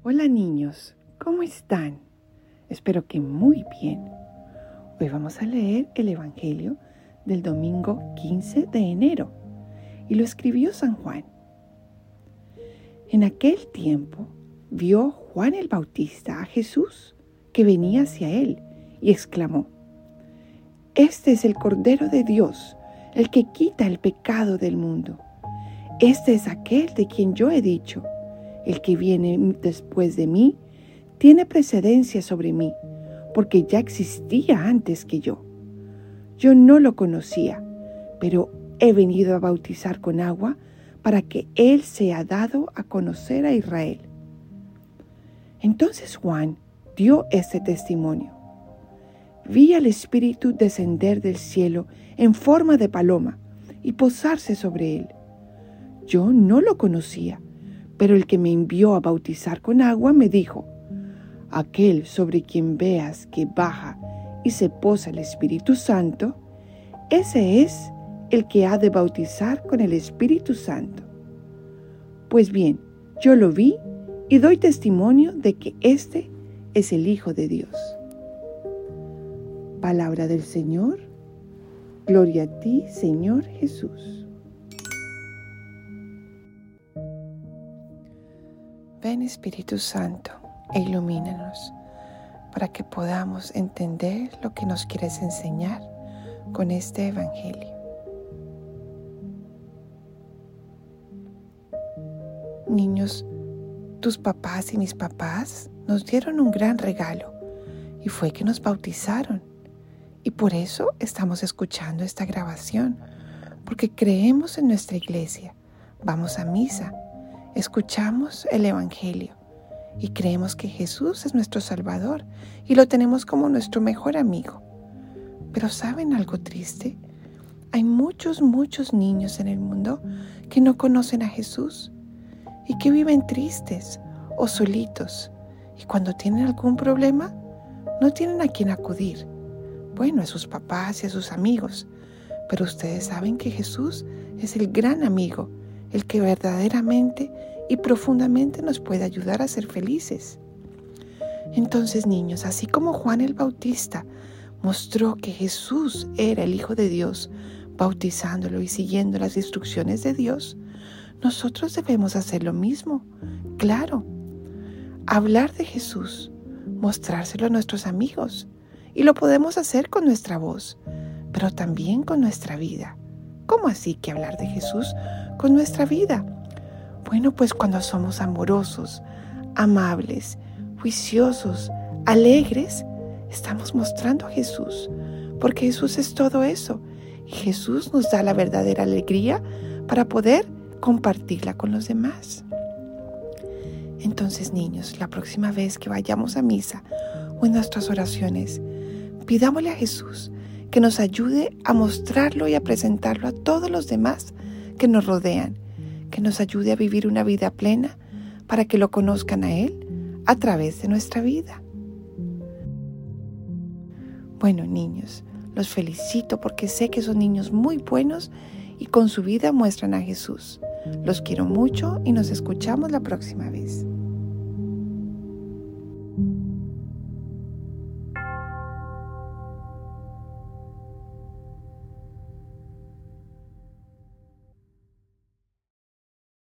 Hola niños, ¿cómo están? Espero que muy bien. Hoy vamos a leer el Evangelio del domingo 15 de enero y lo escribió San Juan. En aquel tiempo vio Juan el Bautista a Jesús que venía hacia él y exclamó: Este es el Cordero de Dios, el que quita el pecado del mundo. Este es aquel de quien yo he dicho: el que viene después de mí tiene precedencia sobre mí, porque ya existía antes que yo. Yo no lo conocía, pero he venido a bautizar con agua para que Él sea dado a conocer a Israel. Entonces Juan dio este testimonio: Vi al Espíritu descender del cielo en forma de paloma y posarse sobre él. Yo no lo conocía, pero el que me envió a bautizar con agua me dijo: Aquel sobre quien veas que baja y se posa el Espíritu Santo, ese es el que ha de bautizar con el Espíritu Santo. Pues bien, yo lo vi y doy testimonio de que este es el Hijo de Dios. Palabra del Señor. Gloria a ti, Señor Jesús. Ven, Espíritu Santo, e ilumínanos para que podamos entender lo que nos quieres enseñar con este Evangelio. Niños, tus papás y mis papás nos dieron un gran regalo y fue que nos bautizaron. Y por eso estamos escuchando esta grabación, porque creemos en nuestra iglesia, vamos a misa, escuchamos el Evangelio y creemos que Jesús es nuestro Salvador y lo tenemos como nuestro mejor amigo. Pero ¿saben algo triste? Hay muchos niños en el mundo que no conocen a Jesús y que viven tristes o solitos, y cuando tienen algún problema no tienen a quién acudir. Bueno, a sus papás y a sus amigos, pero ustedes saben que Jesús es el gran amigo, el que verdaderamente y profundamente nos puede ayudar a ser felices. Entonces, niños, así como Juan el Bautista mostró que Jesús era el Hijo de Dios, bautizándolo y siguiendo las instrucciones de Dios, nosotros debemos hacer lo mismo. Claro, hablar de Jesús, mostrárselo a nuestros amigos. Y lo podemos hacer con nuestra voz, pero también con nuestra vida. ¿Cómo así que hablar de Jesús con nuestra vida? Bueno, pues cuando somos amorosos, amables, juiciosos, alegres, estamos mostrando a Jesús, porque Jesús es todo eso. Y Jesús nos da la verdadera alegría para poder compartirla con los demás. Entonces, niños, la próxima vez que vayamos a misa o en nuestras oraciones, pidámosle a Jesús que nos ayude a mostrarlo y a presentarlo a todos los demás que nos rodean, que nos ayude a vivir una vida plena para que lo conozcan a Él a través de nuestra vida. Bueno, niños, los felicito porque sé que son niños muy buenos y con su vida muestran a Jesús. Los quiero mucho y nos escuchamos la próxima vez.